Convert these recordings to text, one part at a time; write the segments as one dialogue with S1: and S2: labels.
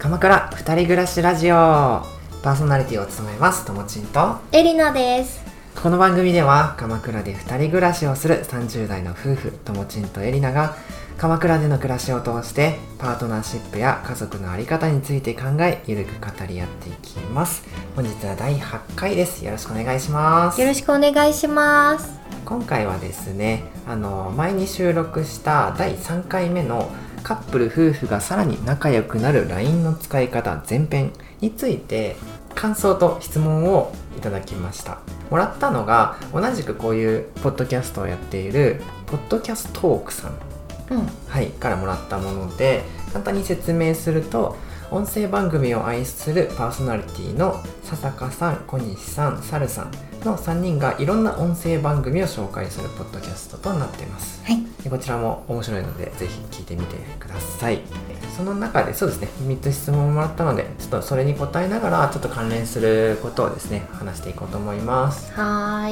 S1: 鎌倉二人暮らしラジオパーソナリティを務めますともちんと
S2: エリナです。
S1: この番組では鎌倉で二人暮らしをする30代の夫婦ともちんとエリナが鎌倉での暮らしを通してパートナーシップや家族の在り方について考えゆるく語り合っていきます。本日は第8回です。よろしくお願いします。
S2: よろしくお願いします。
S1: 今回はですね前に収録した第3回目のカップル夫婦がさらに仲良くなる LINE の使い方前編について感想と質問をいただきました。もらったのが同じくこういうポッドキャストをやっているポッドキャストトークさん、はい、からもらったもので、簡単に説明すると音声番組を愛するパーソナリティの笹香さん、小西さん、サルさんの3人がいろんな音声番組を紹介するポッドキャストとなっています、
S2: はい、
S1: でこちらも面白いのでぜひ聞いてみてください。その中でそうですね、3つ質問をもらったのでちょっとそれに答えながらちょっと関連することをですね話していこうと思います。
S2: はい。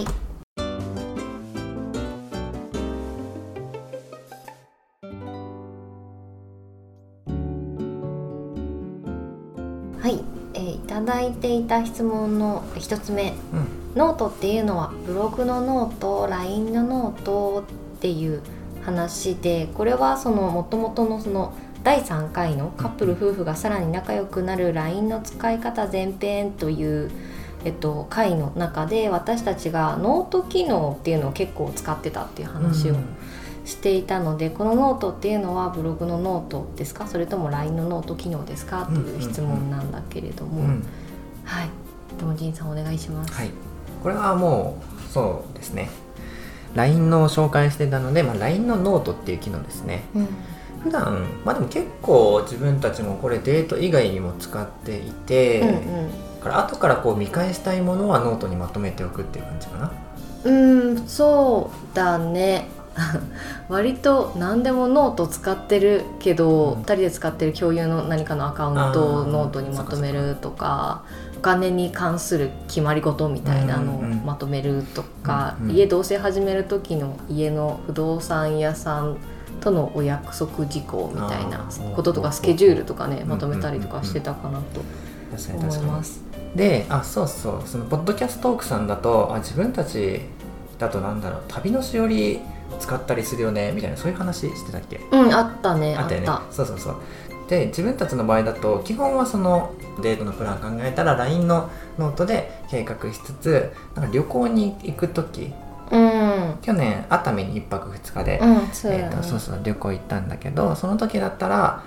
S2: はい、いただいていた質問の1つ目、ノートっていうのはブログのノート、LINE のノートっていう話で、これはその元々のその第3回のカップル夫婦がさらに仲良くなる LINE の使い方前編という、回の中で私たちがノート機能っていうのを結構使ってたっていう話をしていたので、このノートっていうのはブログのノートですか、それとも LINE のノート機能ですかっていう質問なんだけれども、はい、ともじんさんお願いします。
S1: はい、これはもうそうですね、 LINE の紹介してたので、LINE のノートっていう機能ですね。普段でも結構自分たちもこれデート以外にも使っていて、だから後からこう見返したいものはノートにまとめておくっていう感じかな。
S2: そうだね割と何でもノート使ってるけど、2人で使ってる共有の何かのアカウントをノートにまとめるとか、お金に関する決まり事みたいなのをまとめるとか、家同棲始める時の家の不動産屋さんとのお約束事項みたいなこととか、スケジュールとかねまとめたりとかしてたかなと思います。
S1: で、そうそのポッドキャストトークさんだと自分たちだと旅のしおり使ったりするよねみたいな、そういう話してたっけ？
S2: あったね。
S1: あったよね。そうで、自分たちの場合だと基本はそのデートのプラン考えたら LINE のノートで計画しつつ、旅行に行く時、去年熱海に1泊2日で、旅行行ったんだけど、その時だったら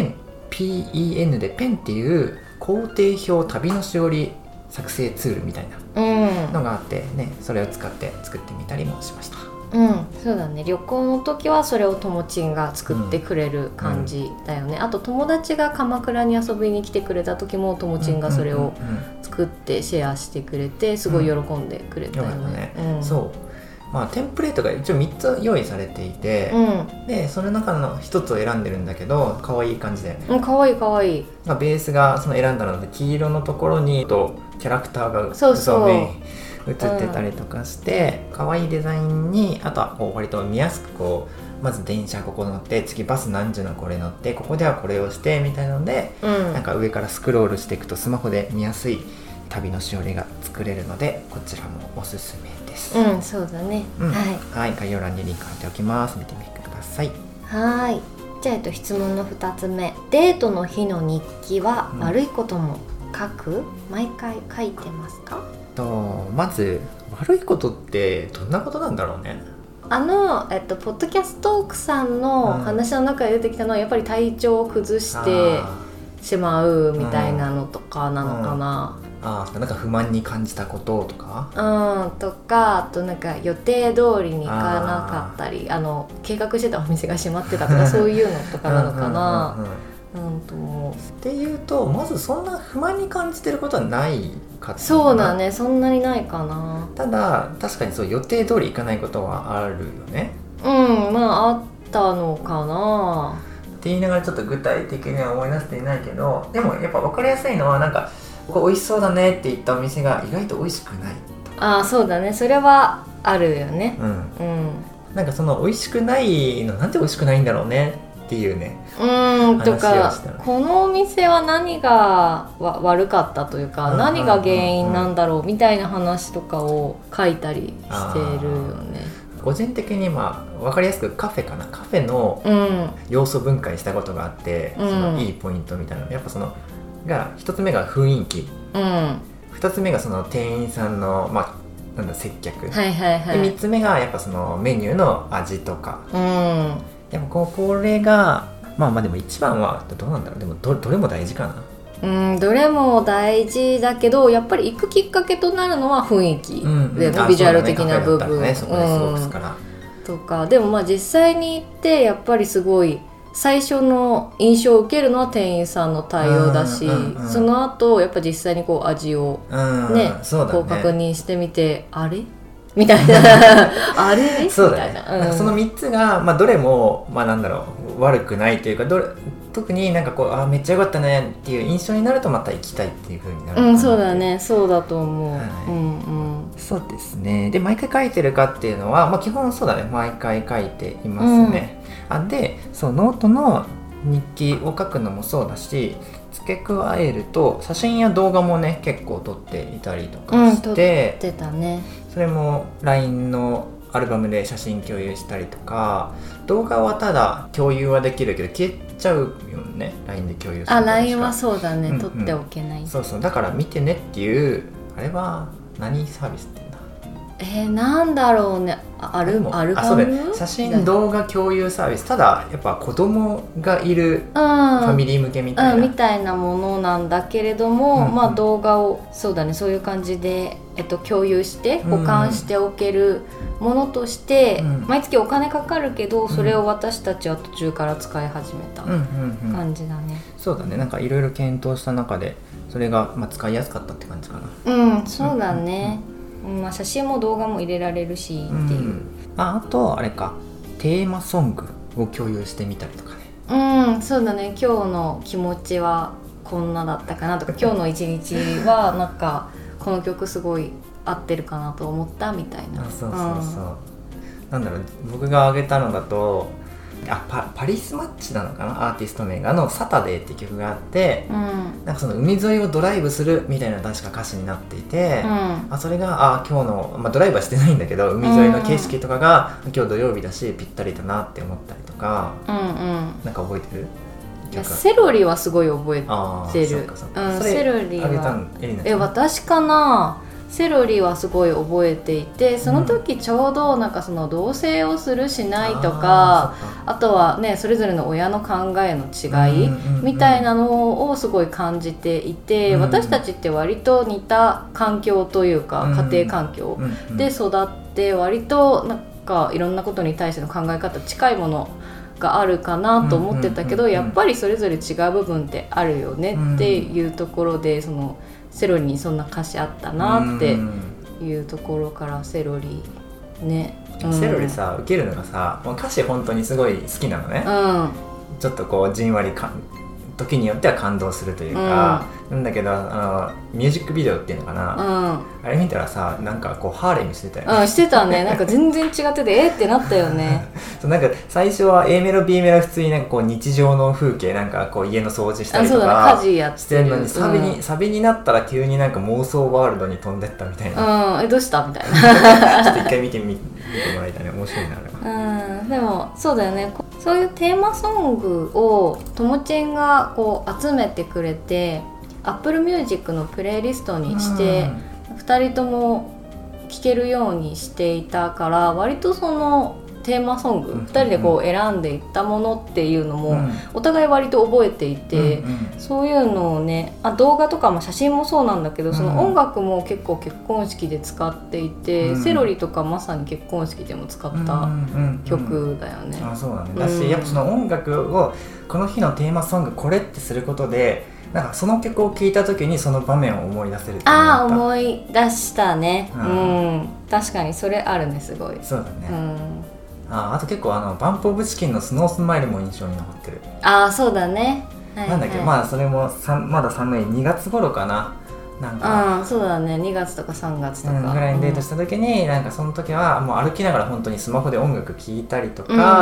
S1: PEN でペンっていう工程表旅のしおり作成ツールみたいなのがあってね、それを使って作ってみたりもしました。
S2: そうだね、旅行の時はそれをともちんが作ってくれる感じだよね。あと友達が鎌倉に遊びに来てくれた時もともちんがそれを作ってシェアしてくれて、すごい喜んでくれたよね。
S1: そう、テンプレートが一応3つ用意されていて、でその中の1つを選んでるんだけど、可愛い感じで、
S2: 可愛い可愛い。
S1: ベースがその選んだので黄色のところにキャラクターが映ってたりとかして、可愛いデザインに、あとは割と見やすくまず電車ここ乗って、次バス何時のこれ乗って、ここではこれをしてみたいなので、なんか上からスクロールしていくとスマホで見やすい旅のしおりが作れるので、こちらもおすすめです。
S2: そうだね。
S1: はい、概要欄にリンク貼っておきます。見てみてください。
S2: はい。じゃあ質問の2つ目、デートの日の日記は悪いことも書く？毎回書いてますか？
S1: まず悪いことってどんなことなんだろうね。
S2: ポッドキャストトークさんの話の中で出てきたのは、やっぱり体調を崩してしまうみたいなのとかなのかな。
S1: なんか不満に感じたこととか、
S2: とか、あとなんか予定通りに行かなかったり、計画してたお店が閉まってたとかそういうのとかなのかな。
S1: っていうと、まずそんな不満に感じてることはないかった。
S2: そうだね、そんなにないかな。
S1: ただ確かにそう予定通り行かないことはあるよね。
S2: あったのかな
S1: って言いながらちょっと具体的には思い出していないけど、でもやっぱ分かりやすいのは、なんかここ美味しそうだねって言ったお店が意外と美味しくないと。
S2: そうだね、それはあるよね。
S1: なんかその美味しくないのなんで美味しくないんだろうねっっていうね
S2: とかこのお店は何が悪かったというか、何が原因なんだろうみたいな話とかを書いたりしてるよね。
S1: 個人的に分かりやすくカフェの要素分解したことがあって、そのいいポイントみたいな、やっぱそのが一つ目が雰囲気、二つ目がその店員さんのなんだ接客、で三つ目がやっぱそのメニューの味とか、やっぱこれがでも一番はどうなんだろう。でも どれも大事かな。
S2: どれも大事だけど、やっぱり行くきっかけとなるのは雰囲気で、ビジュアル的な部分、とか。でも実際に行ってやっぱりすごい最初の印象を受けるのは店員さんの対応だし、その後やっぱ実際にこう味をね、こう確認してみて、あれみたいなあれ
S1: そうだね、みたいな、その3つが、どれも、なんだろう、悪くないというか、特になんかこうめっちゃ良かったねっていう印象になるとまた行きたいっていう風になるかな。
S2: そうだね、そうだと思う、
S1: そうですね。で毎回書いてるかっていうのは、基本そうだね、毎回書いていますね。でそうノートの日記を書くのもそうだし、付け加えると写真や動画もね結構撮っていたりとかして、
S2: 撮ってたね。
S1: それも LINE のアルバムで写真共有したりとか、動画はただ共有はできるけど消えちゃうよね、 LINE で共有すると。
S2: LINE はそうだね、撮っておけない。
S1: そうだから見てねっていう、あれは何サービスって言うんだ。
S2: なんだろうね、アルバム？
S1: そうだ、写真動画共有サービス。ただやっぱ子供がいるファミリー向けみたいな、
S2: みたいなものなんだけれども、動画をそうだね、そういう感じで、共有して保管しておけるものとして、毎月お金かかるけど、それを私たちは途中から使い始めた感じだね。
S1: そうだね、なんかいろいろ検討した中でそれが使いやすかったって感じかな。
S2: そうだね。写真も動画も入れられるしっていう、
S1: あとあれか、テーマソングを共有してみたりとかね。
S2: そうだね、今日の気持ちはこんなだったかなとか、今日の一日はなんかこの曲すごい合ってるかなと思ったみたいな。
S1: そうなんだろう、僕が挙げたのだとパリスマッチなのかな、アーティスト名がサタデーっていう曲があって、なんかその海沿いをドライブするみたいな確か歌詞になっていて、それが今日の、ドライブはしてないんだけど、海沿いの景色とかが、今日土曜日だしぴったりだなって思ったりとか、なんか覚えてる？
S2: セロリはすごい覚えてる。セロリは私かな。セロリはすごい覚えていて、その時ちょうどなんかその同棲をするしないとか、あとはね、それぞれの親の考えの違いみたいなのをすごい感じていて、私たちって割と似た環境というか、家庭環境で育って、割となんかいろんなことに対しての考え方近いものがあるかなと思ってたけど、やっぱりそれぞれ違う部分ってあるよねっていうところで、そのセロリにそんな歌詞あったなっていうところから、セロリね、
S1: セロリさ、受けるのがさ、歌詞本当にすごい好きなのね、ちょっとこうじんわり時によっては感動するというか、なんだけどミュージックビデオっていうのかな、あれ見たらさ、なんかこうハーレムしてたよね。
S2: してたね。なんか全然違っててってなったよね。
S1: そうなんか最初は A メロ B メロ普通になんかこう日常の風景、なんかこう家の掃除したりとか
S2: 家事や
S1: してるのに、サビになったら急になんか妄想ワールドに飛んでったみたいな。
S2: どうしたみたいな。
S1: ちょっと一回見てもらいたいね。面白いなあれは。
S2: でもそうだよね。そういうテーマソングをともちんがこう集めてくれて、Apple Music のプレイリストにして2人とも聴けるようにしていたから、割とそのテーマソング2人でこう選んでいったものっていうのもお互い割と覚えていて、そういうのをね、動画とかも写真もそうなんだけど、その音楽も結構結婚式で使っていて、セロリとかまさに結婚式でも使った曲だよね。
S1: そうだね。だしやっぱその音楽をこの日のテーマソングこれってすることで、なんかその曲を聴いた時にその場面を思い出せるって思った。
S2: 思い出したね。確かにそれあるね、すごい。
S1: そうだね。あと結構バンプオブチキンのスノースマイルも印象に残ってる。
S2: そうだね。
S1: なんだっけ、それもまだ寒い2月頃かな。なんか
S2: そうだね、2月とか3月とか
S1: ぐらいにデートした時に、なんかその時はもう歩きながら本当にスマホで音楽聴いたりとか、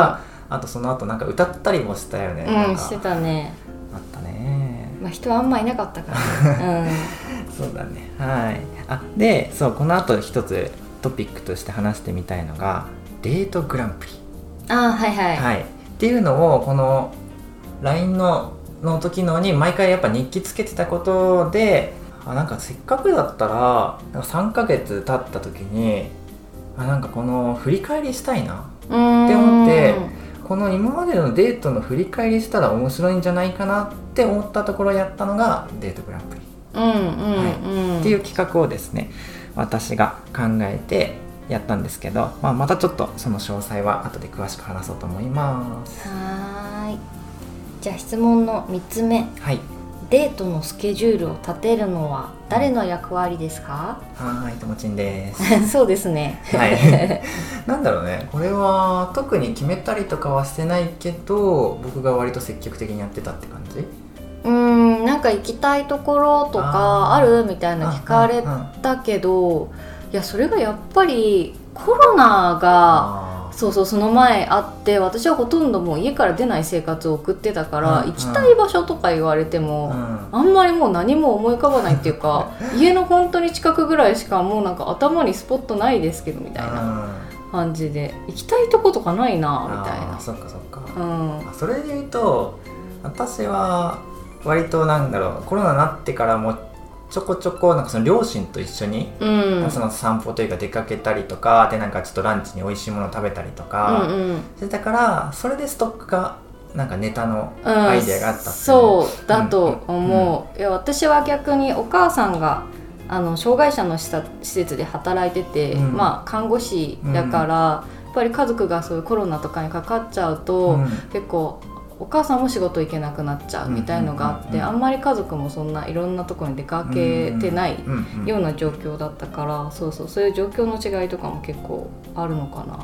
S1: あとその後なんか歌ったりもしたよね。
S2: うん、してたね。
S1: あったね。
S2: まあ人はあんまいなかったからね。
S1: そうだね。はい。で、そう、この後一つトピックとして話してみたいのがデートグランプリ。
S2: はいはい、
S1: はい、っていうのをこの LINE のノート機能に毎回やっぱ日記つけてたことで、なんかせっかくだったらなんか3ヶ月経った時になんかこの振り返りしたいなって思って、この今までのデートの振り返りしたら面白いんじゃないかなって思ったところやったのがデートグランプリ、っていう企画をですね、私が考えてやったんですけど、またちょっとその詳細は後で詳しく話そうと思います。
S2: はい。じゃあ質問の3つ目。
S1: はい。
S2: デートのスケジュールを立てるのは誰の役割ですか？
S1: はい、ともちんです
S2: そうですね。
S1: はい。なんだろうね、これは特に決めたりとかはしてないけど、僕が割と積極的にやってたって感じ？
S2: なんか行きたいところとかあるみたいな聞かれたけど、いやそれがやっぱりコロナがその前あって、私はほとんどもう家から出ない生活を送ってたから、行きたい場所とか言われても、あんまりもう何も思い浮かばないっていうか家の本当に近くぐらいしかもうなんか頭にスポットないですけどみたいな感じで、行きたいとことかないなみたいな。
S1: そっかそっか、それで言うと私は割となんだろう、コロナになってからもちょこちょこなんかその両親と一緒に、その散歩というか出かけたりとかで、なんかちょっとランチに美味しいものを食べたりとかしてたから、それでストックがなんかネタのアイデアがあったっていう、
S2: そうだと思う。いや私は逆にお母さんが障害者の施設で働いてて、看護師だから、やっぱり家族がそういうコロナとかにかかっちゃうと、結構お母さんも仕事行けなくなっちゃうみたいのがあって、あんまり家族もそんないろんなところに出かけてないような状況だったから、そういう状況の違いとかも結構あるのかなとは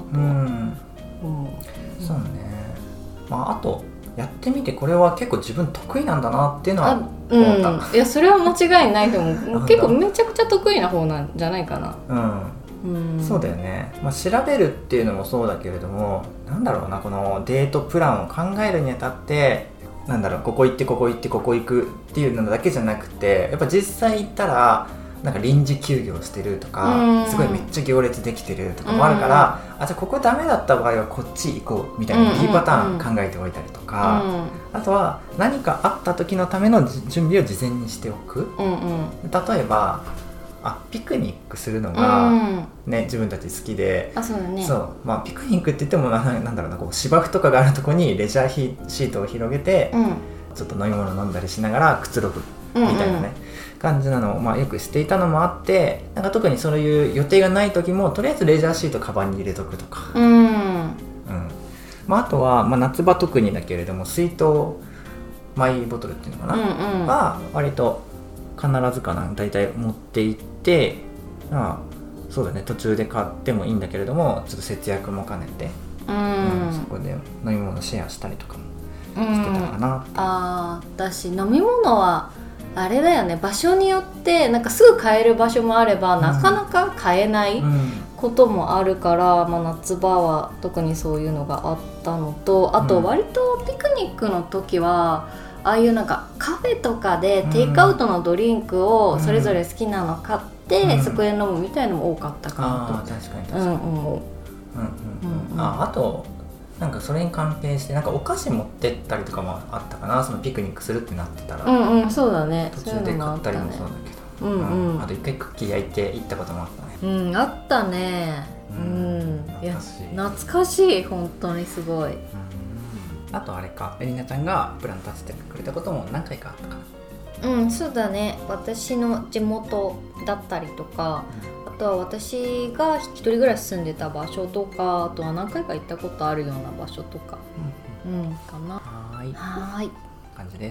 S1: そうね。あとやってみてこれは結構自分得意なんだなっていうのは思った。
S2: いやそれは間違いないと思う。結構めちゃくちゃ得意な方なんじゃないかな。
S1: そうだよね。調べるっていうのもそうだけれども、なんだろうな、このデートプランを考えるにあたって、なんだろう、ここ行ってここ行ってここ行くっていうのだけじゃなくて、やっぱ実際行ったらなんか臨時休業してるとか、すごいめっちゃ行列できてるとかもあるから、じゃあここダメだった場合はこっち行こうみたいな B パターン考えておいたりとか、あとは何かあった時のための準備を事前にしておく。例えばピクニックするのが、自分たち好きで、
S2: そうだね。
S1: ピクニックって言ってもなんだろうな、こう芝生とかがあるとこにレジャーシートを広げて、ちょっと飲み物飲んだりしながらくつろぐみたいなね、感じなのを、よくしていたのもあって、なんか特にそういう予定がない時もとりあえずレジャーシートカバンに入れとくとか、あとは、夏場特にだけれども水筒マイボトルっていうのかな、は割と必ずかな、大体持って行って、そうだね、途中で買ってもいいんだけれどもちょっと節約も兼ねて、そこで飲み物シェアしたりとかもしてたかな。
S2: 私飲み物はあれだよね、場所によってなんかすぐ買える場所もあれば、なかなか買えないこともあるから、夏場は特にそういうのがあったのと、あと割とピクニックの時はああいうなんかカフェとかでテイクアウトのドリンクをそれぞれ好きなの買って、そこで飲むみたいのも多かったかなと。
S1: 確かにあとなんかそれに関係してなんかお菓子持ってったりとかもあったかな、そのピクニックするってなってたら。
S2: そうだね。
S1: 途中で買ったりもそうだけど、あと一回クッキー焼いて行ったこともあったね。
S2: あったね。いや懐かしい、本当にすごい。
S1: あとあれか、エリナちゃんがプラン立ててくれたことも何回かあったかな。
S2: そうだね。私の地元だったりとか、あとは私が一人暮らし住んでた場所とか、あとは何回か行ったことあるような場所とか、かな。はい。
S1: 感じです。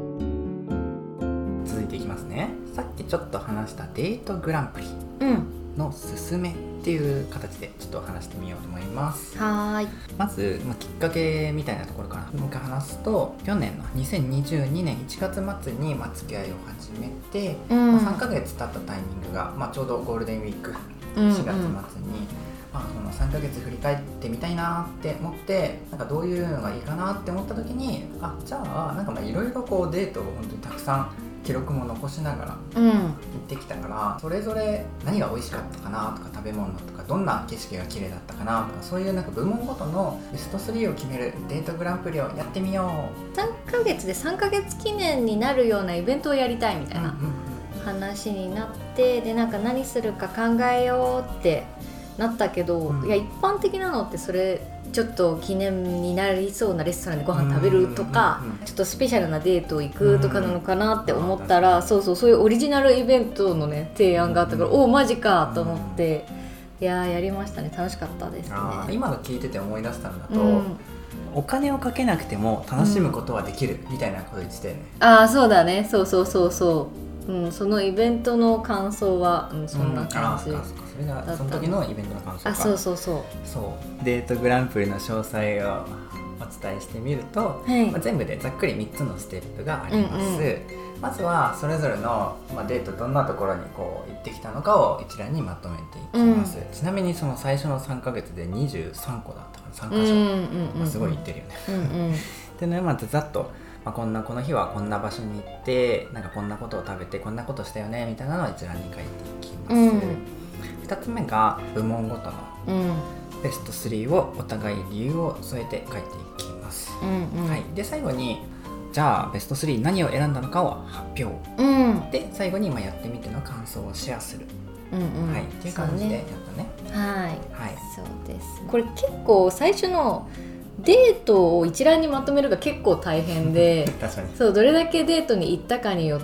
S1: 続いていきますね。さっきちょっと話したデートグランプリのすすめっていう形でちょっと話してみようと思います。
S2: はい。
S1: まず、きっかけみたいなところからもう一回話すと、去年の2022年1月末に付き合いを始めて、3ヶ月経ったタイミングが、ちょうどゴールデンウィーク4月末に、その3ヶ月振り返ってみたいなって思って、なんかどういうのがいいかなって思った時に、じゃあなんかいろいろこうデートを本当にたくさん記録も残しながら行ってきたから、それぞれ何が美味しかったかなとか、食べ物とかどんな景色が綺麗だったかなとか、そういうなんか部門ごとのベスト3を決めるデートグランプリをやってみよう。
S2: 3ヶ月で3ヶ月記念になるようなイベントをやりたいみたいな話になって、でなんか何するか考えようってなったけど、いや一般的なのってそれちょっと記念になりそうなレストランでご飯食べるとか、ちょっとスペシャルなデート行くとかなのかなって思ったら、そういうオリジナルイベントのね提案があったから、おマジかと思って、いややりましたね。楽しかったですね。
S1: 今の聞いてて思い出したんだと、お金をかけなくても楽しむことはできるみたいなこと言ってたよね。
S2: そうだね。そう、そのイベントの感想は、そんな感じ。
S1: それがその時のイベントの感想か。
S2: そう
S1: デートグランプリの詳細をお伝えしてみると、全部でざっくり3つのステップがあります。まずはそれぞれの、デートどんなところにこう行ってきたのかを一覧にまとめていきます。ちなみにその最初の3ヶ月で23個だったから3カ所、すごい行ってるよね。でね、まずざっとこの日はこんな場所に行って、なんかこんなことを食べてこんなことしたよねみたいなのを一覧に書いていきます。2つ目が部門ごとのベスト3をお互い理由を添えて書いていきます。で最後にじゃあベスト3何を選んだのかを発表、で最後にやってみての感想をシェアする、っていう感じでやったね。
S2: そうです。これ結構最初のデートを一覧にまとめるが結構大変で
S1: 確かに
S2: どれだけデートに行ったかによって、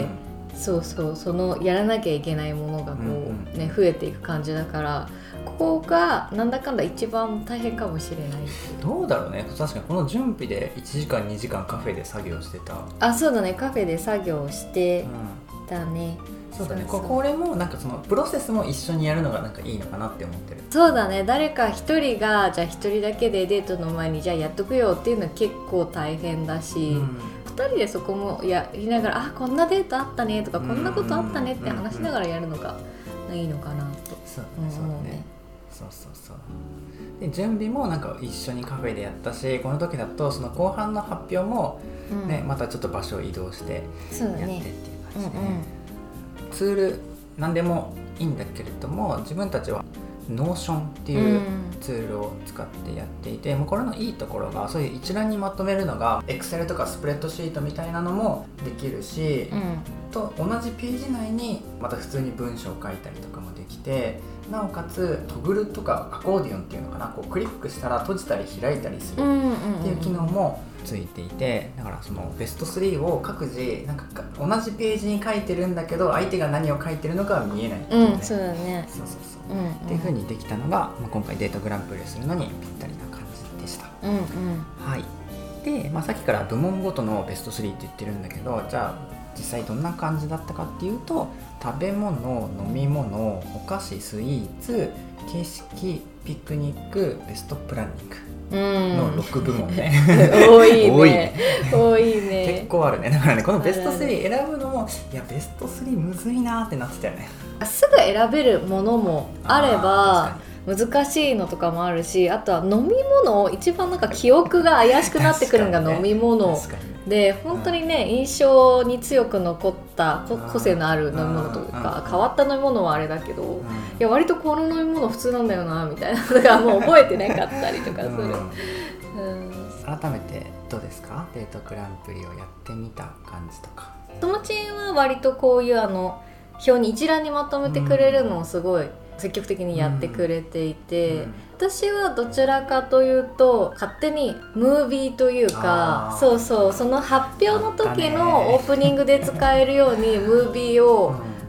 S2: そのやらなきゃいけないものがこう、増えていく感じだから、ここがなんだかんだ一番大変かもしれない。
S1: どうだろうね。確かにこの準備で1時間2時間カフェで作業してた。
S2: そうだね。カフェで作業してたね。
S1: そうだね。これもなんかそのプロセスも一緒にやるのがなんかいいのかなって思ってる。
S2: そうだね。誰か一人がじゃあ一人だけでデートの前にじゃあやっとくよっていうのは結構大変だし、2人でそこもやりながら、こんなデートあったねとか、こんなことあったねって話しながらやるのがいいのかなと思うね。
S1: で準備もなんか一緒にカフェでやったし、この時だとその後半の発表も、またちょっと場所を移動してやってっていう感じで、ツール何でもいいんだけれども、自分たちはNotionっていうツールを使ってやっていて、これのいいところが、そういう一覧にまとめるのが Excel とかスプレッドシートみたいなのもできるし、と同じページ内にまた普通に文章を書いたりとかもできて、なおかつトグルとかアコーディオンっていうのかな、こうクリックしたら閉じたり開いたりするっていう機能もついていて、だからそのベスト3を各自なんか同じページに書いてるんだけど、相手が何を書いてるのかは見えないっていうね。
S2: そうだね。
S1: っていう風にできたのが、今回デートグランプリをするのにぴったりな感じでした。で、さっきから部門ごとのベスト3って言ってるんだけど、じゃあ実際どんな感じだったかっていうと、食べ物、飲み物、お菓子、スイーツ、景色、ピクニック、ベストプランニングの6部門ね。
S2: 多いね。
S1: 結構あるね。だからね、このベスト3選ぶのも、いやベスト3むずいなってなってたよね。
S2: すぐ選べるものもあれば難しいのとかもあるし、あとは飲み物、一番なんか記憶が怪しくなってくるのが飲み物で、本当にね、印象に強く残った個性のある飲み物というか、変わった飲み物はあれだけど、いや割とこの飲み物普通なんだよなみたいなのがもう覚えてなかったりとかする。
S1: 改めてどうですか？デートグランプリをやってみた感じとか。
S2: 友達は割とこういう表に一覧にまとめてくれるのをすごい積極的にやってくれていて、私はどちらかというと勝手にムービーというか、その発表の時のオープニングで使えるようにムービーを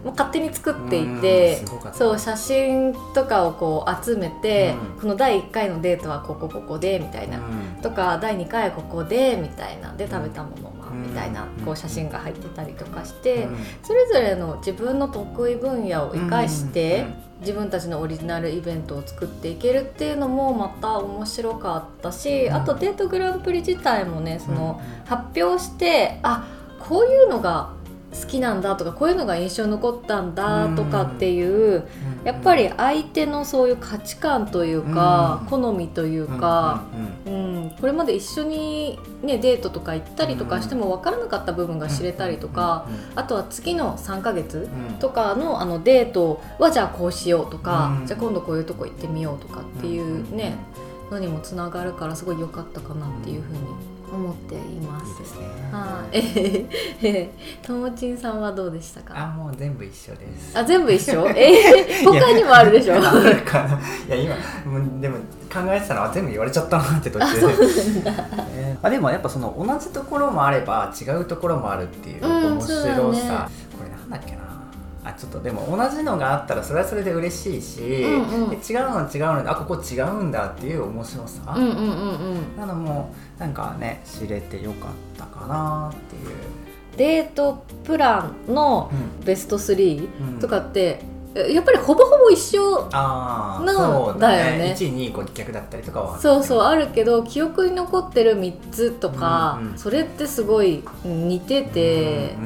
S2: もう勝手に作っていて、そう写真とかをこう集めて、この第1回のデートはここでみたいな、とか第2回はここでみたいなで食べたものはみたいなこう写真が入ってたりとかして、それぞれの自分の得意分野を生かして自分たちのオリジナルイベントを作っていけるっていうのもまた面白かったし、あとデートグランプリ自体もね、その発表してこういうのが好きなんだとかこういうのが印象に残ったんだとかっていう、やっぱり相手のそういう価値観というか、好みというか、これまで一緒に、ね、デートとか行ったりとかしても分からなかった部分が知れたりとか、あとは次の3ヶ月とかの、デートはじゃあこうしようとか、じゃあ今度こういうとこ行ってみようとかっていうね、のにもつながるからすごい良かったかなっていうふうに思っています。いいですね。ともちんさんはどうでしたか？
S1: もう全部一緒です。
S2: 全部一緒？他にもあるでしょ？
S1: あるかな。いや今でも考えてたのは全部言われちゃったなって途中で。そうなんだ。でもやっぱその同じところもあれば違うところもあるっていう面白さ。これなんだっけな。ちょっとでも同じのがあったらそれはそれで嬉しいし、で違うのでここ違うんだっていう面白さなのもなんかね知れてよかったかなっていう。
S2: デートプランのベスト3とかって、やっぱりほぼほぼ一緒なんだよね。
S1: 1位2位逆だったりとかは
S2: そうあるけど、記憶に残ってる3つとか、それってすごい似てて、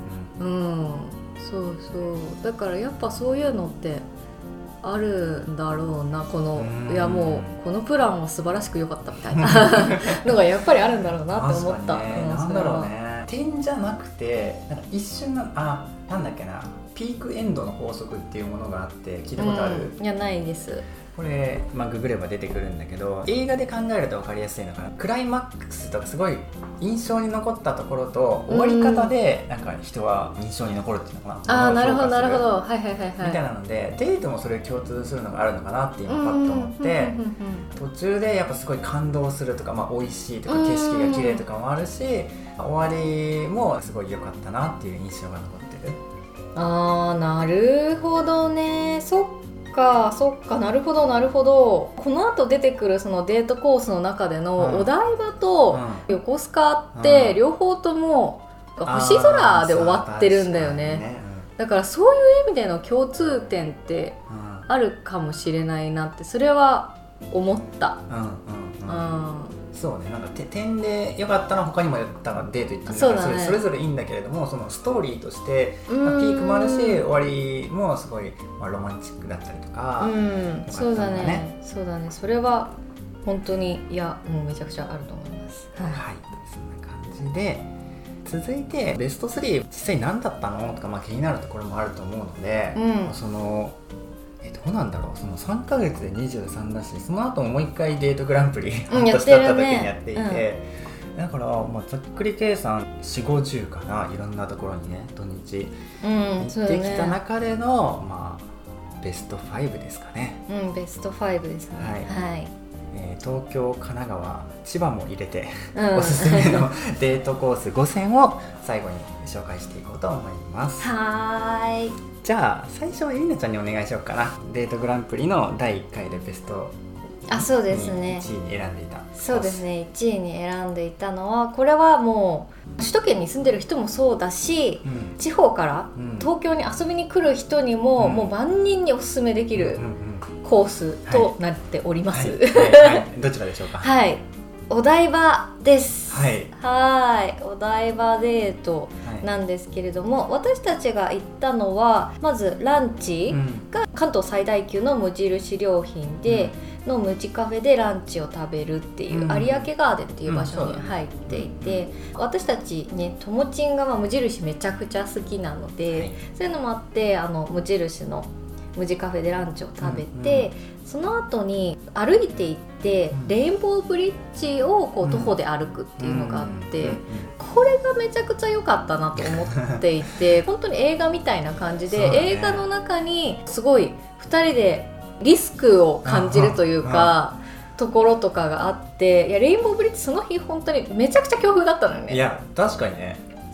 S2: そうだからやっぱそういうのってあるんだろうな。いやもうこのプランは素晴らしく良かったみたいなのがやっぱりあるんだろうなって思った。
S1: なんだろうね、点じゃなくてなんか一瞬なんだっけな、ピークエンドの法則っていうものがあって聞いたことある？
S2: いやないです。
S1: これ、ググれば出てくるんだけど、映画で考えると分かりやすいのかな。クライマックスとかすごい印象に残ったところと終わり方でなんか人は印象に残るっていうのかな。
S2: なるほどなるほど、
S1: みたいなので、デートもそれ共通するのがあるのかなって今パッと思って、途中でやっぱすごい感動するとか、美味しいとか景色が綺麗とかもあるし、終わりもすごい良かったなっていう印象が残ってる。
S2: なるほどね。そっか、なるほど。この後出てくるそのデートコースの中でのお台場と横須賀って両方とも星空で終わってるんだよね。だからそういう意味での共通点ってあるかもしれないなってそれは思った。そうね、
S1: なんか点で良かったのは他にも言ったらデート行ってみたらそれぞれいいんだけれども、そのストーリーとして、ピークもあるし終わりもすごい、ロマンチックだったりとか、
S2: そうだね、それは本当にもうめちゃくちゃあると思います。
S1: そんな感じで続いてベスト3実際何だったのとか、気になるところもあると思うので、どうなんだろう、その3ヶ月で23だし、その後ももう一回デートグランプリ半年経った時にやっていて、だからざっくり計算 4,50 かな、いろんなところにね土日行ってきた中での、ベスト5ですかね。
S2: ベスト5ですね。はい、
S1: 東京、神奈川、千葉も入れて、おすすめのデートコース5選を最後に紹介していこうと思います。じゃあ最初はゆりなちゃんにお願いしようかな。デートグランプリの第1回でベスト
S2: そうですね、
S1: 1位に選んでいた。
S2: そうですね、1位に選んでいたのは、これはもう首都圏に住んでる人もそうだし、地方から東京に遊びに来る人にも、もう万人におすすめできるコースとなっております。
S1: どちらでしょうか？
S2: お台場です。
S1: はい
S2: お台場デートなんですけれども、私たちが行ったのはまずランチが関東最大級の無印良品で、の無地カフェでランチを食べるっていう、有明ガーデンっていう場所に入っていて、私たちね、ともちんが無印めちゃくちゃ好きなので、そういうのもあって無印の無地カフェでランチを食べて、その後に歩いて行ってレインボーブリッジをこう徒歩で歩くっていうのがあって、これがめちゃくちゃ良かったなと思っていて本当に映画みたいな感じで、映画の中にすごい2人でリスクを感じるというかところとかがあって、レインボーブリッジその日本当にめちゃくちゃ強風だったのよね。
S1: いや確かにね、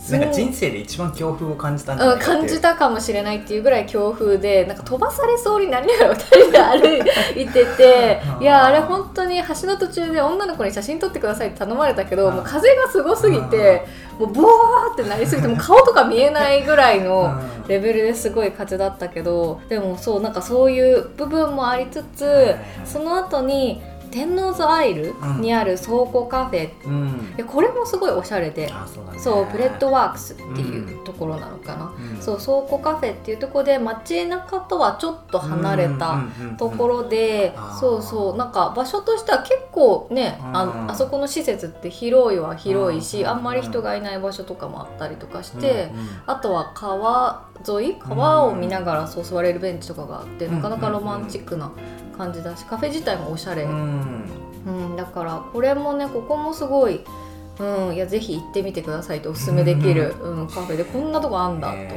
S3: なんか人生で一番強風を感じたんじゃないかっていう、
S2: 感じたかもしれないっていうぐらい強風で、なんか飛ばされそうになりながら2人で歩いてていやあれ本当に橋の途中で女の子に写真撮ってくださいって頼まれたけど、もう風がすごすぎてもうボワーってなりすぎてもう顔とか見えないぐらいのレベルですごい風だったけど、でもそうなんかそういう部分もありつつ、その後に天王洲アイルにある倉庫カフェ、これもすごいおしゃれで、そうブレッドワークスっていうところなのかな、そう倉庫カフェっていうところで街中とはちょっと離れたところで、そうそうなんか場所としては結構ね、あそこの施設って広いは広いし、あんまり人がいない場所とかもあったりとかして、あとは川を見ながらそう座れるベンチとかがあって、なかなかロマンチックな感じだし、カフェ自体もおしゃれ、だからこれもね、ここもすごい、いやぜひ行ってみてくださいとおすすめできる、カフェでこんなとこあんだと思って、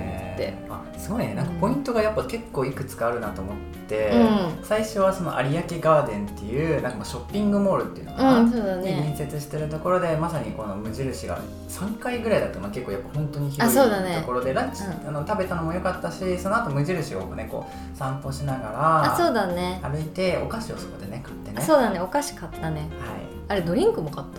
S3: すごいね、なんかポイントがやっぱ結構いくつかあるなと思って、最初はその有明ガーデンっていうなんかショッピングモールっていうのかな、
S2: そうだね、
S3: 隣接してるところでまさにこの無印が3階ぐらいだったの、結構やっぱ本当に広いところで、ランチ、食べたのも良かったし、その後無印をねこう散歩しながら
S2: そうだね、
S3: 歩いてお菓子をそこでね買ってね、
S2: そうだね、お菓子買ったね、あれドリンクも買った？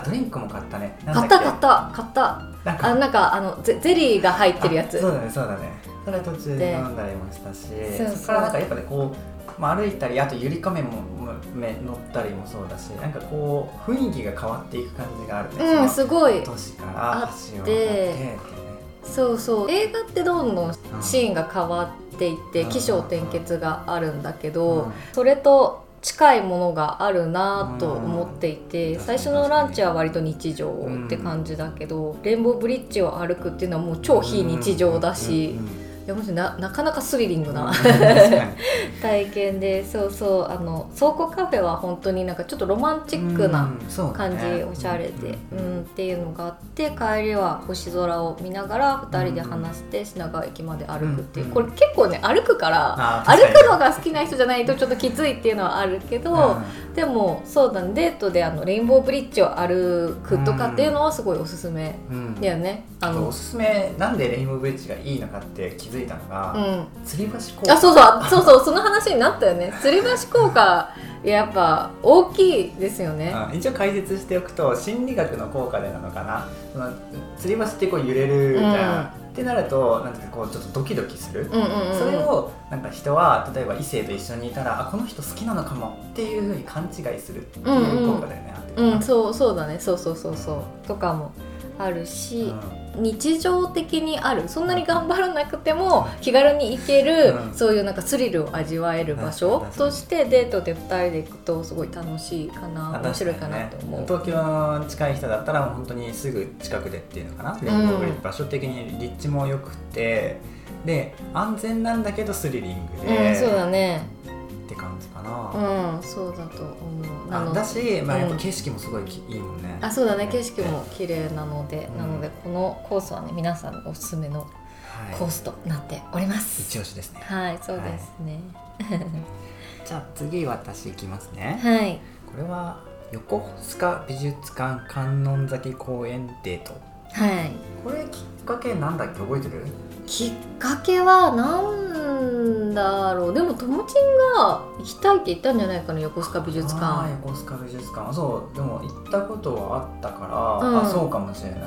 S3: ドリンクも買ったね。
S2: 買ったなんかゼリーが入ってるやつ、
S3: そうだねそれ途中で飲んだりもしたし、そこからなんかやっぱねこう、歩いたり、あとゆりかめも乗ったりもそうだし、なんかこう雰囲気が変わっていく感じがあるね、
S2: すごい
S3: 都市から橋を渡って
S2: そうそう、映画ってどんどんシーンが変わっていって起承転結があるんだけど、それと近いものがあるなと思っていて、最初のランチは割と日常って感じだけど、レインボーブリッジを歩くっていうのはもう超非日常だし、いやもしなかなかスリリングな体験で、そうそう、倉庫カフェは本当になんかちょっとロマンチックな感じ、おしゃれで、っていうのがあって、帰りは星空を見ながら2人で話して品川駅まで歩くっていう、これ結構ね歩くから歩くのが好きな人じゃないとちょっときついっていうのはあるけど、でもそうだね、デートでレインボーブリッジを歩くとかっていうのはすごいおすすめだよね。
S3: おすすめ、なんでレインボーブリッジがいいのかって気づいたのが、吊り橋効果。
S2: そうその話になったよね。吊り橋効果やっぱ大きいですよね。
S3: 一応解説しておくと、心理学の効果でなのかな、吊り橋ってこう揺れるじゃん、ってなるとなんていうかこうちょっとドキドキする、それをなんか人は例えば異性と一緒にいたら、この人好きなのかもっていう風に勘違いするっていう効果だよね。
S2: そうだね、そうとかもあるし、日常的にある、そんなに頑張らなくても気軽に行ける、そういうなんかスリルを味わえる場所としてデートで2人で行くとすごい楽しいかな、面白いかなと思う。
S3: 東京近い人だったら本当にすぐ近くでっていうのかな、レインボーブリッジ場所的に立地も良くて、で安全なんだけどスリリングで、
S2: そうだね
S3: って感じかな。
S2: そうだと思
S3: う。だし、やっぱ景色もすごいいいもんね。
S2: そうだね、景色も綺麗なので、このコースはね、皆さんおすすめのコースとなっております。
S3: 一押しですね。
S2: はい、そうですね。
S3: じゃあ次私行きますね。
S2: はい。
S3: これは横須賀美術館観音崎公園デート。
S2: はい。
S3: これきっかけなんだっけ、覚えてる？
S2: きっかけはなんだろう。でもともちんが行きたいって言ったんじゃないかな、横須賀美術館。
S3: 横須賀美術館、そう、でも行ったことはあったから、そうかもしれない。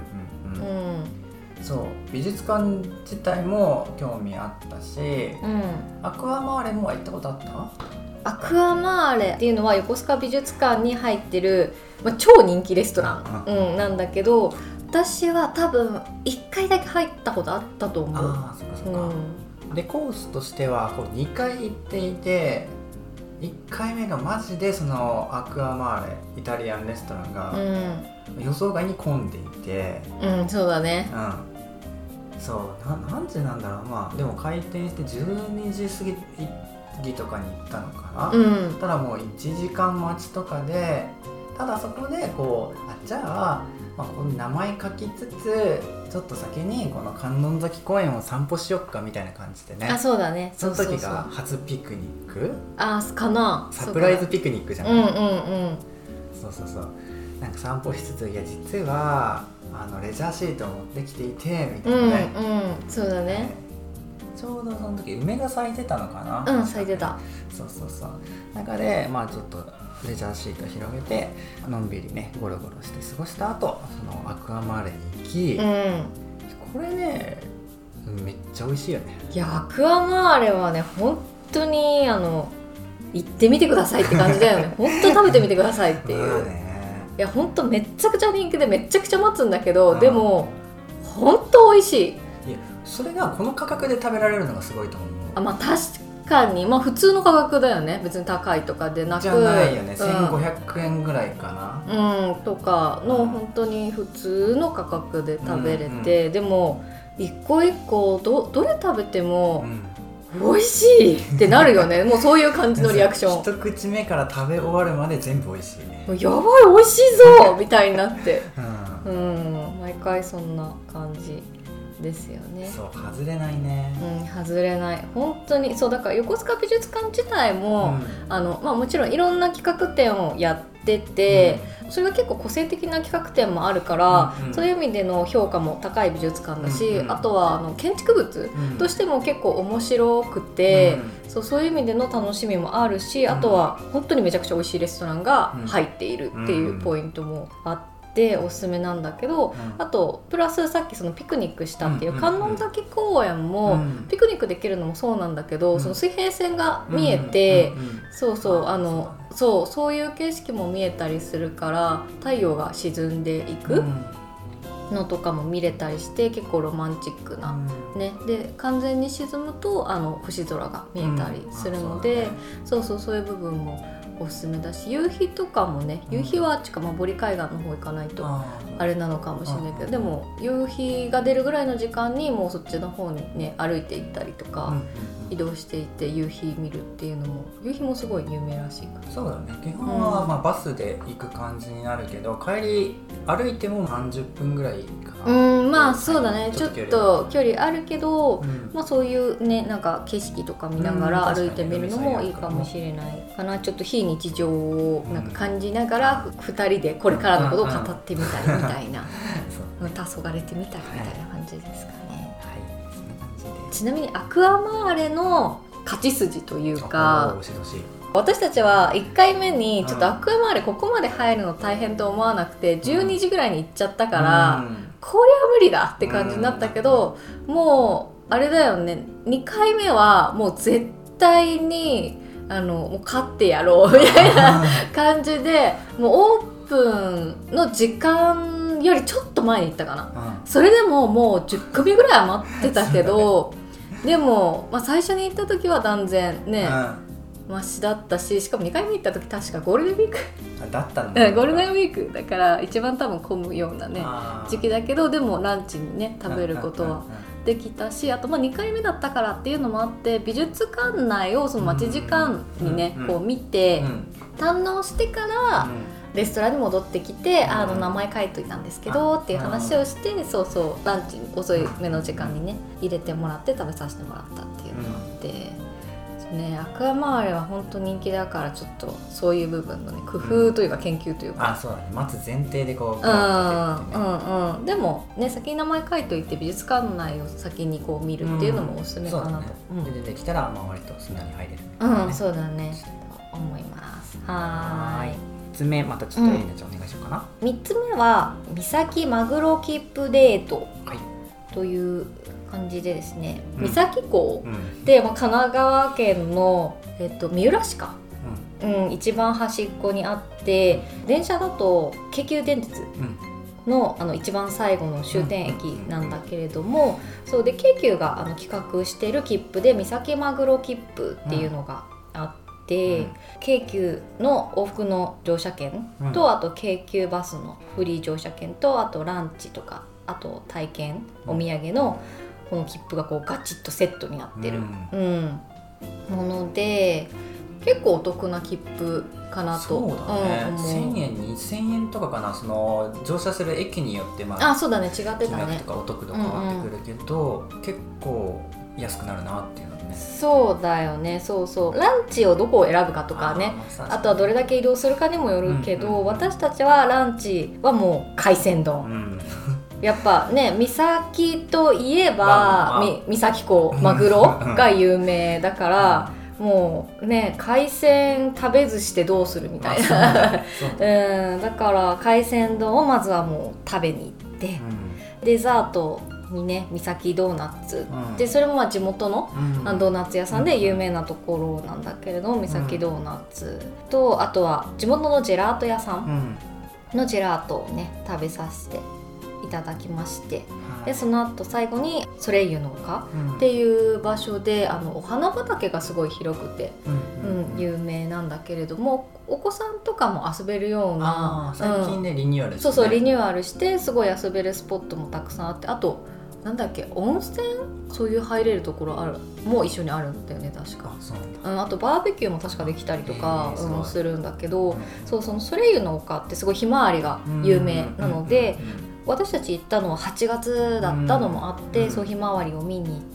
S3: そう、美術館自体も興味あったし、アクアマーレも行ったことあった？
S2: アクアマーレっていうのは横須賀美術館に入ってる、超人気レストラン、なんだけど、私は多分1回だけ入ったことあったと思う。
S3: そっか。でコースとしてはこう2回行っていて、1回目がマジでそのアクアマーレイタリアンレストランが予想外に混んでいて、
S2: そうだね。
S3: そう何時なんだろう、でも開店して12時過ぎとかに行ったのかな、ただもう1時間待ちとかで、ただそこでこうじゃあ、この名前書きつつちょっと先にこの観音崎公園を散歩しよっかみたいな感じでね。
S2: そうだね。
S3: その時が初ピクニック
S2: かな、
S3: サプライズピクニックじゃない。そうなんか散歩しつつ、いや実はレジャーシートを持ってきていてみたいなね、
S2: そうだね、
S3: ちょうどその時梅が咲いてたのかな、
S2: 咲いてた。
S3: そう中でちょっとレジャーシート広げてのんびりねゴロゴロして過ごした後、そのアクアマーレに行き、これねめっちゃ美味しいよね。
S2: いやアクアマーレはね本当に行ってみてくださいって感じだよね本当食べてみてくださいっていう、いや本当めっちゃくちゃ人気でめっちゃくちゃ待つんだけど、でも本当美味しい。い
S3: やそれがこの価格で食べられるのがすごいと思う。
S2: 確かに普通の価格だよね、別に高いとかでなく
S3: じゃないよね、1500円ぐらいか
S2: な、とかの本当に普通の価格で食べれて、でも一個一個どれ食べても、美味しいってなるよねもうそういう感じのリアクション
S3: 一口目から食べ終わるまで全部美味しいね。
S2: やばい美味しいぞみたいになって毎回そんな感じですよね。
S3: そう外れないね、
S2: 外れない本当に。そうだから横須賀美術館自体も、もちろんいろんな企画展をやってて、それが結構個性的な企画展もあるから、そういう意味での評価も高い美術館だし、あとは建築物としても結構面白くて、そういう意味での楽しみもあるし、あとは本当にめちゃくちゃ美味しいレストランが入っているっていうポイントもあって、おすすめなんだけど、あとプラスさっきそのピクニックしたっていう観音崎公園も、ピクニックできるのもそうなんだけど、その水平線が見えて、そういう景色も見えたりするから、太陽が沈んでいくのとかも見れたりして、結構ロマンチックな、で完全に沈むと星空が見えたりするので、そういう部分もおすすめだし、夕日とかもね、夕日は森海岸の方行かないとあれなのかもしれないけど、でも夕日が出るぐらいの時間にもうそっちの方にね歩いて行ったりとか、移動していって夕日見るっていうのも、夕日もすごい有名らしいから。
S3: そうだね、基本はバスで行く感じになるけど、帰り歩いても30分ぐらいかな。
S2: そうだね、ちょっと距離あるけど、そういうねなんか景色とか見ながら歩いてみるのもいいかもしれないかな。ちょっと非日常をなんか感じながら2人でこれからのことを語ってみたいみたいな、黄昏てみたいみたいな感じですかね。
S3: そんな感じで。
S2: ちなみにアクアマーレの勝ち筋というか、私たちは1回目にちょっとアクアマーレここまで入るの大変と思わなくて、12時ぐらいに行っちゃったから、これは無理だって感じになったけど、もうあれだよね、2回目はもう絶対にもう勝ってやろうみたいな感じで、もうオープンの時間よりちょっと前に行ったかな、それでももう10組ぐらいは待ってたけどでも、最初に行った時は断然ね、マシだったし、しかも2回目行った時確かゴールデンウィーク
S3: だったんだ、
S2: ゴールデンウィークだから一番多分混むようなね時期だけど、でもランチにね食べることはできたし、あと2回目だったからっていうのもあって、美術館内をその待ち時間にねこう見て堪能してからレストランに戻ってきて、名前書いといたんですけどっていう話をして、ランチ遅い目の時間にね入れてもらって食べさせてもらったっていうのがあって、アクアマーレは本当人気だから、ちょっとそういう部分のね工夫というか研究というか、
S3: そうだね、待つ前提でこう
S2: でもね先に名前書いといて美術館内を先にこう見るっていうのもおすすめかなと。
S3: 出てきたら割とすんなに入れる、
S2: そうだねと思います。はい。
S3: 3つ目またちょっとエリナちゃんお願いしようかな。
S2: 3つ目は三崎マグロ切符デートという感じでですね、三崎港で、神奈川県の、三浦市か、一番端っこにあって、電車だと京急電鉄の、一番最後の終点駅なんだけれども、そうで京急が企画している切符で三崎マグロ切符っていうのがあって、京急の往復の乗車券と、あと京急バスのフリー乗車券と、あとランチとか、あと体験お土産のこの切符がこうガチッとセットになってる、もので、結構お得な切符かなと。
S3: そうだね、1000円2000円とかかな、その乗車する駅によって
S2: そうだね、違ってたね、
S3: 金額とかお得度変わってくるけど、結構安くなるなっていうのね。
S2: そうだよね、ランチをどこを選ぶかとかね、あとはどれだけ移動するかにもよるけど、私たちはランチはもう海鮮丼、 やっぱね三崎といえば、三崎港マグロが有名だから、もうね海鮮食べずしてどうするみたいなだから海鮮丼をまずはもう食べに行って、デザートにね三崎ドーナツ、でそれもまあ地元のドーナツ屋さんで有名なところなんだけれど、三崎ドーナツと、あとは地元のジェラート屋さんのジェラートをね食べさせていただきまして、でその後最後にソレイユの丘っていう場所で、お花畑がすごい広くて、有名なんだけれども、お子さんとかも遊べるような、
S3: 最近ねリニューアルして、ね、
S2: そうリニューアルしてすごい遊べるスポットもたくさんあって、あとなんだっけ温泉そういう入れるところあるもう一緒にあるんだよね確か。あとバーベキューも確かできたりとか、するんだけど、そのソレイユの丘ってすごいひまわりが有名なので、私たち行ったのは8月だったのもあって、そうひまわりを見に行って、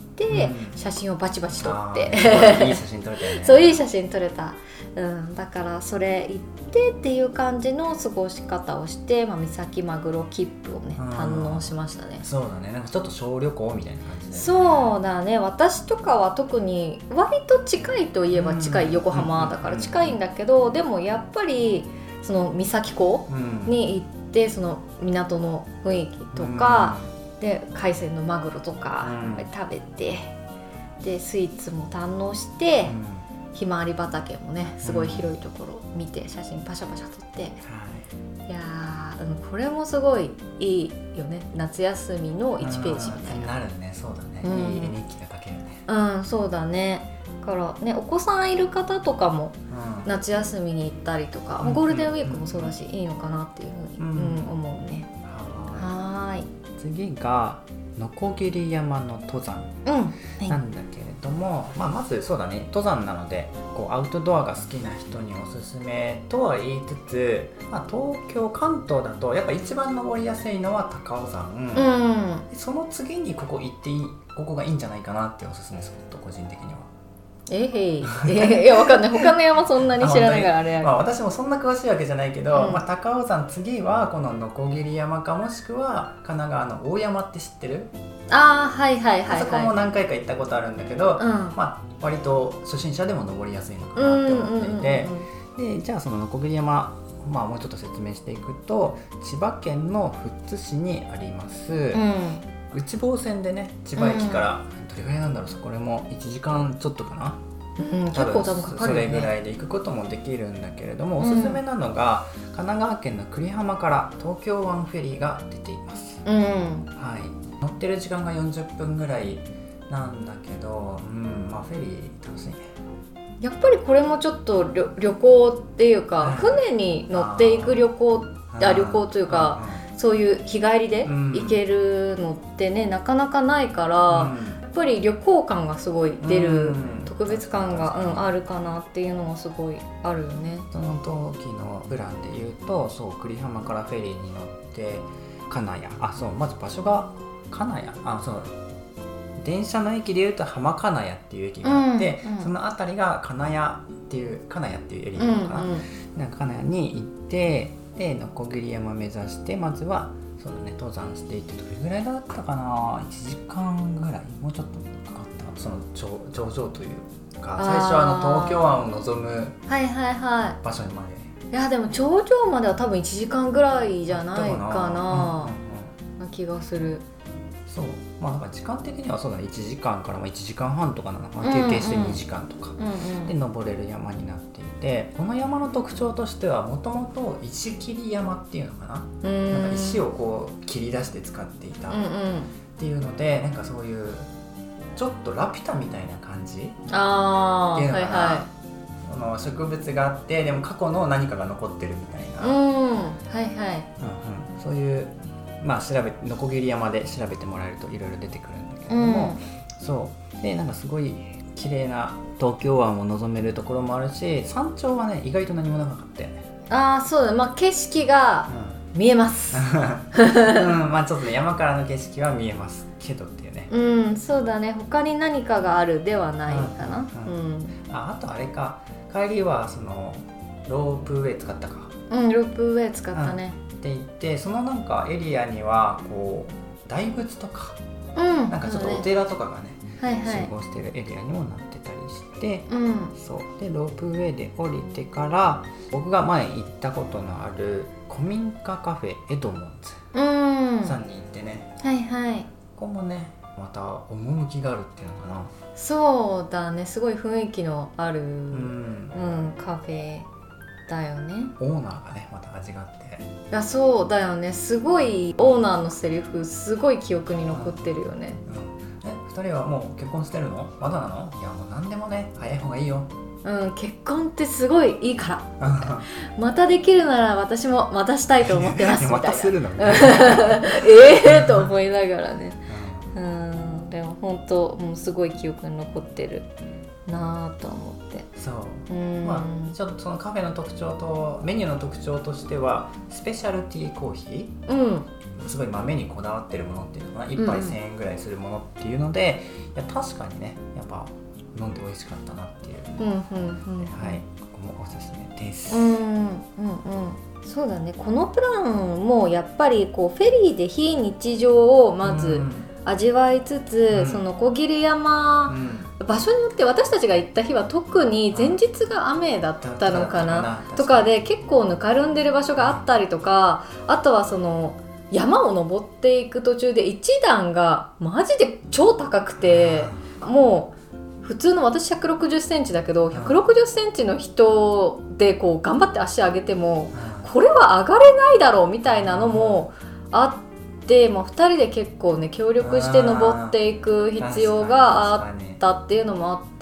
S2: 写真をバチバチ撮って
S3: いい写真撮れたよね
S2: そういい写真撮れた、だからそれ行ってっていう感じの過ごし方をして、三崎マグロ切符をね堪能しましたね。
S3: そうだね、なんかちょっと小旅行みたいな感じで、ね、
S2: そうだね、私とかは特に割と近いといえば近い、横浜だから近いんだけど、でもやっぱりその三崎港に行って、その港の雰囲気とか、で海鮮のマグロとか食べて、でスイーツも堪能して、ひまわり畑もねすごい広いところ見て、写真パシャパシャ撮って、いやこれもすごいいいよね、夏休みの1ページみたいな。
S3: なるね、そうだね、いい日記が書けるね。
S2: そうだね。だからね、お子さんいる方とかも夏休みに行ったりとか、ゴールデンウィークもそうだし、いいのかなっていうふうに、思うね。はい。
S3: 次がのこぎり山の登山なんだけれども、まずそうだね、登山なのでこうアウトドアが好きな人におすすめとは言いつつ、東京関東だとやっぱ一番登りやすいのは高尾山、その次にここ行っていい、ここがいいんじゃないかなっておすすめスポット、個人的には。
S2: いやわかんない、他の山そんなに知らないからあれやけど、
S3: 私もそんな詳しいわけじゃないけど、高尾山次はこの鋸山か、もしくは神奈川の大山って知ってる？
S2: はいはいはい、はい、
S3: あそこも何回か行ったことあるんだけど、割と初心者でも登りやすいのかなって思っていて、でじゃあその鋸山、もうちょっと説明していくと、千葉県の富津市にあります、内房線でね、千葉駅からどれぐらいなんだろう、これも1時間ちょっとかな、
S2: 結構多分かかるよね。
S3: それぐらいで行くこともできるんだけれども、おすすめなのが神奈川県の久里浜から東京湾フェリーが出ています、乗ってる時間が40分ぐらいなんだけど、フェリー楽しいね。
S2: やっぱりこれもちょっと旅行っていうか、船に乗っていく旅行というか、そういう日帰りで行けるのってね、なかなかないから、やっぱり旅行感がすごい出る、特別感が、あるかなっていうのもすごいあるよね。
S3: その時のプランで言うと、久里浜からフェリーに乗って金谷、まず場所が金谷、電車の駅でいうと浜金谷っていう駅があって、その辺りが金谷っていうエリアなのかな、金谷に行って、で鋸山目指して、まずはそうだね、登山していって、どれぐらいだったかな、1時間ぐらい、もうちょっとかかった、その頂上というか、最初東京湾を望む場所にまで、
S2: いやでも頂上までは多分1時間ぐらいじゃないかな、な気がする。
S3: そう、なんか時間的にはそうだね、1時間から1時間半とかなのかな、休憩して2時間とかで登れる山になっていて、この山の特徴としては、もともと石切り山っていうのかな、なんか石をこう切り出して使っていたっていうので、なんかそういうちょっとラピュタみたいな感じっていうのかな、植物があって、でも過去の何かが残ってるみたいな、そういう鋸山で調べてもらえるといろいろ出てくるんだけれども、そうで、なんかすごい綺麗な東京湾を望めるところもあるし、山頂はね意外と何もなかったよね。
S2: そうだ、景色が見えます、
S3: ちょっとね、山からの景色は見えますけどっていうね、
S2: そうだね、他に何かがあるではないかな。
S3: あとあれか、帰りはそのロープウェイ使ったか。
S2: ロープウェイ使ったね。
S3: って言って、そのなんかエリアにはこう大仏とか、
S2: なん
S3: かちょっとお寺とかがね、
S2: 集
S3: 合してるエリアにもなってたりして、
S2: そう
S3: でロープウェイで降りてから僕が前行ったことのある古民家カフェエドモンズさんに行ってね、ここもねまた趣があるっていうのかな。
S2: そうだね、すごい雰囲気のある、カフェだよね。
S3: オーナーがねまた味があって、
S2: いやそうだよね、すごいオーナーのセリフすごい記憶に残ってるよね。
S3: 2人はもう結婚してるの？まだなの？いやもう何でもね早い方がいいよ。
S2: 結婚ってすごいいいからまたできるなら私もまたしたいと思ってますみたいな。
S3: またするのね
S2: と思いながらね、でも本当もうすごい記憶に残ってるなと思って。
S3: そう、ちょっとそのカフェの特徴とメニューの特徴としてはスペシャルティーコーヒー、すごい豆にこだわってるものっていうのかな、1杯1000円ぐらいするものっていうので、いや確かにねやっぱ飲んで美味しかったなっていう、ここもおすすめです。
S2: そうだね、このプランもやっぱりこうフェリーで非日常をまず味わいつつ、その小桐山、場所によって私たちが行った日は特に前日が雨だったのかなとかで結構ぬかるんでる場所があったりとか、あとはその山を登っていく途中で一段がマジで超高くて、もう普通の私160センチだけど160センチの人でこう頑張って足上げてもこれは上がれないだろうみたいなのもあって、2人で結構ね協力して登っていく必要があったっていうのもあって、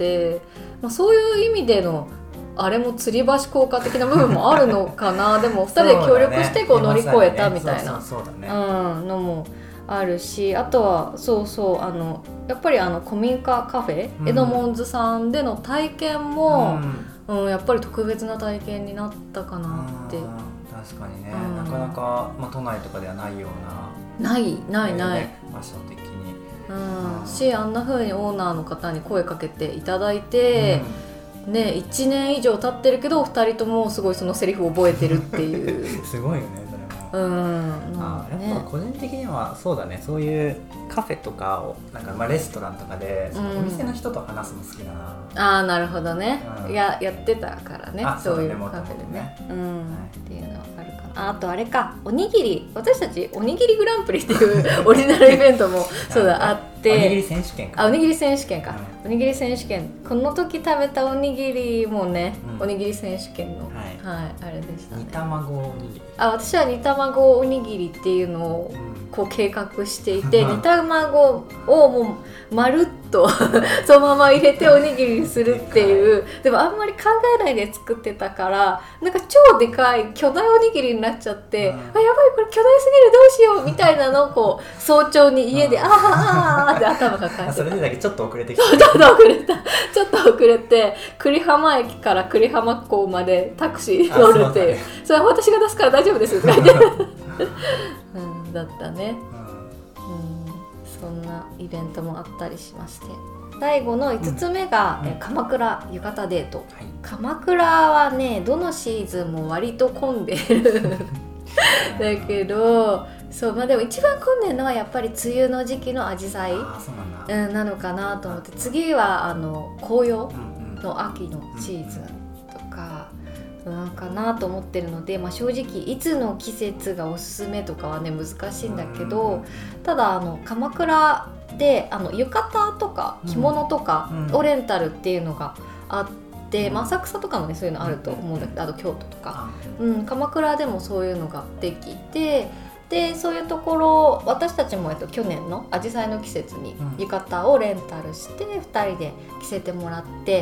S2: そういう意味でのあれも吊り橋効果的な部分もあるのかなでも2人で協力してこう乗り越えたみたいなのもあるし、あとはやっぱり古民家カフェ、エドモンズさんでの体験も、やっぱり特別な体験になったかなって。
S3: 確かにね、なかなか、都内とかではないような
S2: ない
S3: 場所的に、
S2: し、あんな風にオーナーの方に声かけていただいて、1年以上経ってるけど2人ともすごいそのセリフを覚えてるっていう
S3: すごいよねそれも。やっぱ個人的にはそうだね、そういうカフェとかをなんかレストランとかでそのお店の人と話すの好きだな。
S2: なるほどね、やってたからね、そういうカフェでね、っていうのはあるかな。あとあれか、おにぎり、私たちおにぎりグランプリっていうオリジナルイベントもそうだあって、
S3: おにぎり選手権か。
S2: おにぎり選手権か、おにぎり選手権、この時食べたおにぎりもね、おにぎり選手権の、あれでしたね。
S3: 煮卵おにぎり。
S2: 私は煮卵おにぎりっていうのをこう計画していて、煮卵をもうまるっとそのまま入れておにぎりにするっていう、でもあんまり考えないで作ってたからなんか超でかい巨大おにぎりになっちゃって、やばいこれ巨大すぎるどうしようみたいなのをこう早朝に家であって頭がかいてた。
S3: それでだけちょっと遅れてきた。
S2: ちょっと遅れて栗浜駅から栗浜港までタクシー乗るっていう、それは私が出すから大丈夫ですって書いてだったね。そんなイベントもあったりしまして、最後の5つ目が、鎌倉浴衣デート、鎌倉はねどのシーズンも割と混んでるだけど、でも一番混んでるのはやっぱり梅雨の時期のアジサイなのかなと思って、次は紅葉の秋のシーズンとかかなと思ってるので、正直いつの季節がおすすめとかはね難しいんだけど、ただ鎌倉で浴衣とか着物とかをレンタルっていうのがあって、浅草とかもねそういうのあると思うんだけど、あと京都とか、鎌倉でもそういうのができて、でそういうところ私たちも去年のアジサイの季節に浴衣をレンタルして2人で着せてもらって、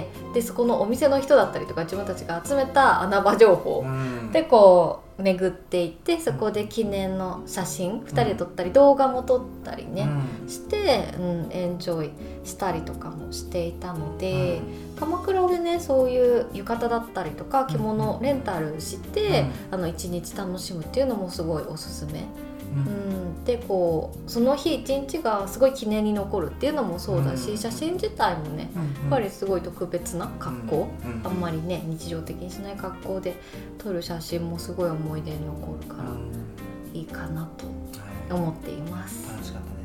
S2: でそこのお店の人だったりとか自分たちが集めた穴場情報でこう巡っていって、そこで記念の写真2人で撮ったり動画も撮ったりねして、エンジョイしたりとかもしていたので、鎌倉でねそういう浴衣だったりとか着物レンタルして一日楽しむっていうのもすごいおすすめ。でこうその日一日がすごい記念に残るっていうのもそうだし、写真自体もねやっぱりすごい特別な格好、あんまりね日常的にしない格好で撮る写真もすごい思い出に残るからいいかなと思っています。
S3: 楽しかったね。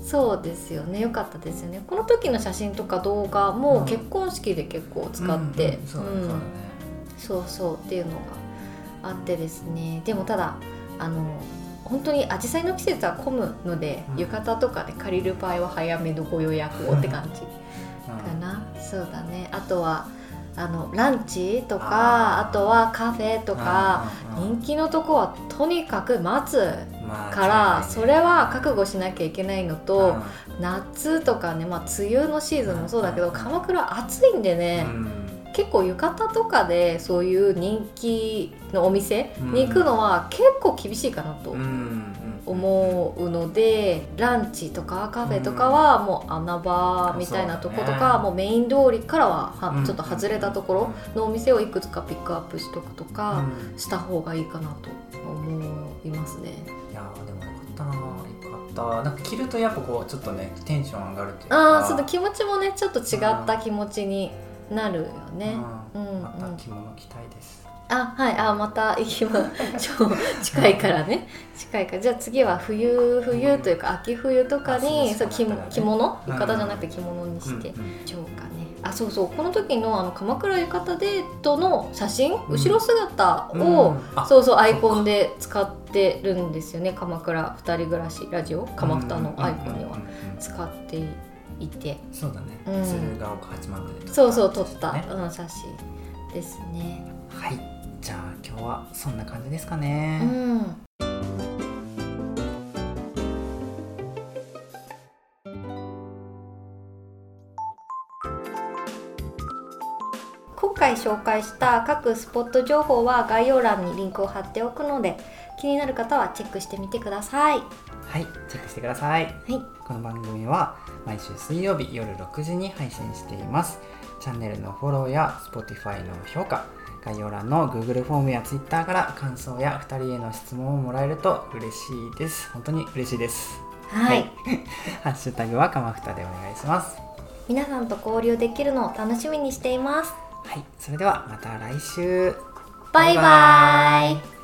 S2: そうですよね、よかったですよね。この時の写真とか動画も結婚式で結構使って、そうそうっていうのがあってですね。でもただ本当にアジサイの季節は混むので、浴衣とかで借りる場合は早めのご予約をって感じかな。そうだね。あとはランチとか、あとはカフェとか、人気のとこはとにかく待つから、それは覚悟しなきゃいけないのと、夏とかね、梅雨のシーズンもそうだけど、鎌倉暑いんでね、結構浴衣とかでそういう人気のお店に行くのは結構厳しいかなと思うので、ランチとかカフェとかはもう穴場みたいなとことか、もうメイン通りからはちょっと外れたところのお店をいくつかピックアップしとくとかした方がいいかなと思いますね。
S3: いやでもよかったな、よかった。なんか着るとやっぱこうちょっとねテンション上がるというか、
S2: そうだ、気持ちもねちょっと違った気持ちになるよね。
S3: また着物着たいです。
S2: はい、また行きましょう。近いからね。近いから。じゃあ次は冬というか秋冬とかに着物、浴衣じゃなくて着物にしてしょうかね。そうそう、この時の鎌倉浴衣デートの写真、後ろ姿をそうそうアイコンで使ってるんですよね。鎌倉二人暮らしラジオ鎌二のアイコンには使っていて、
S3: そうだね。鶴岡八幡宮で
S2: 撮った写真ですね。
S3: はい、じゃあ今日はそんな感じですかね。
S2: 今回紹介した各スポット情報は概要欄にリンクを貼っておくので、気になる方はチェックしてみてください。
S1: はい、チェックしてください。はい、この番組は毎週水曜日夜6時に配信しています。チャンネルのフォローや Spotify の評価、概要欄の Google フォームや Twitter から感想や2人への質問をもらえると嬉しいです。本当に嬉しいです。
S2: はい、
S1: ハッシュタグはかまふたでお願いします。
S2: 皆さんと交流できるのを楽しみにしています。
S1: はい、それではまた来週。
S2: バイバイ。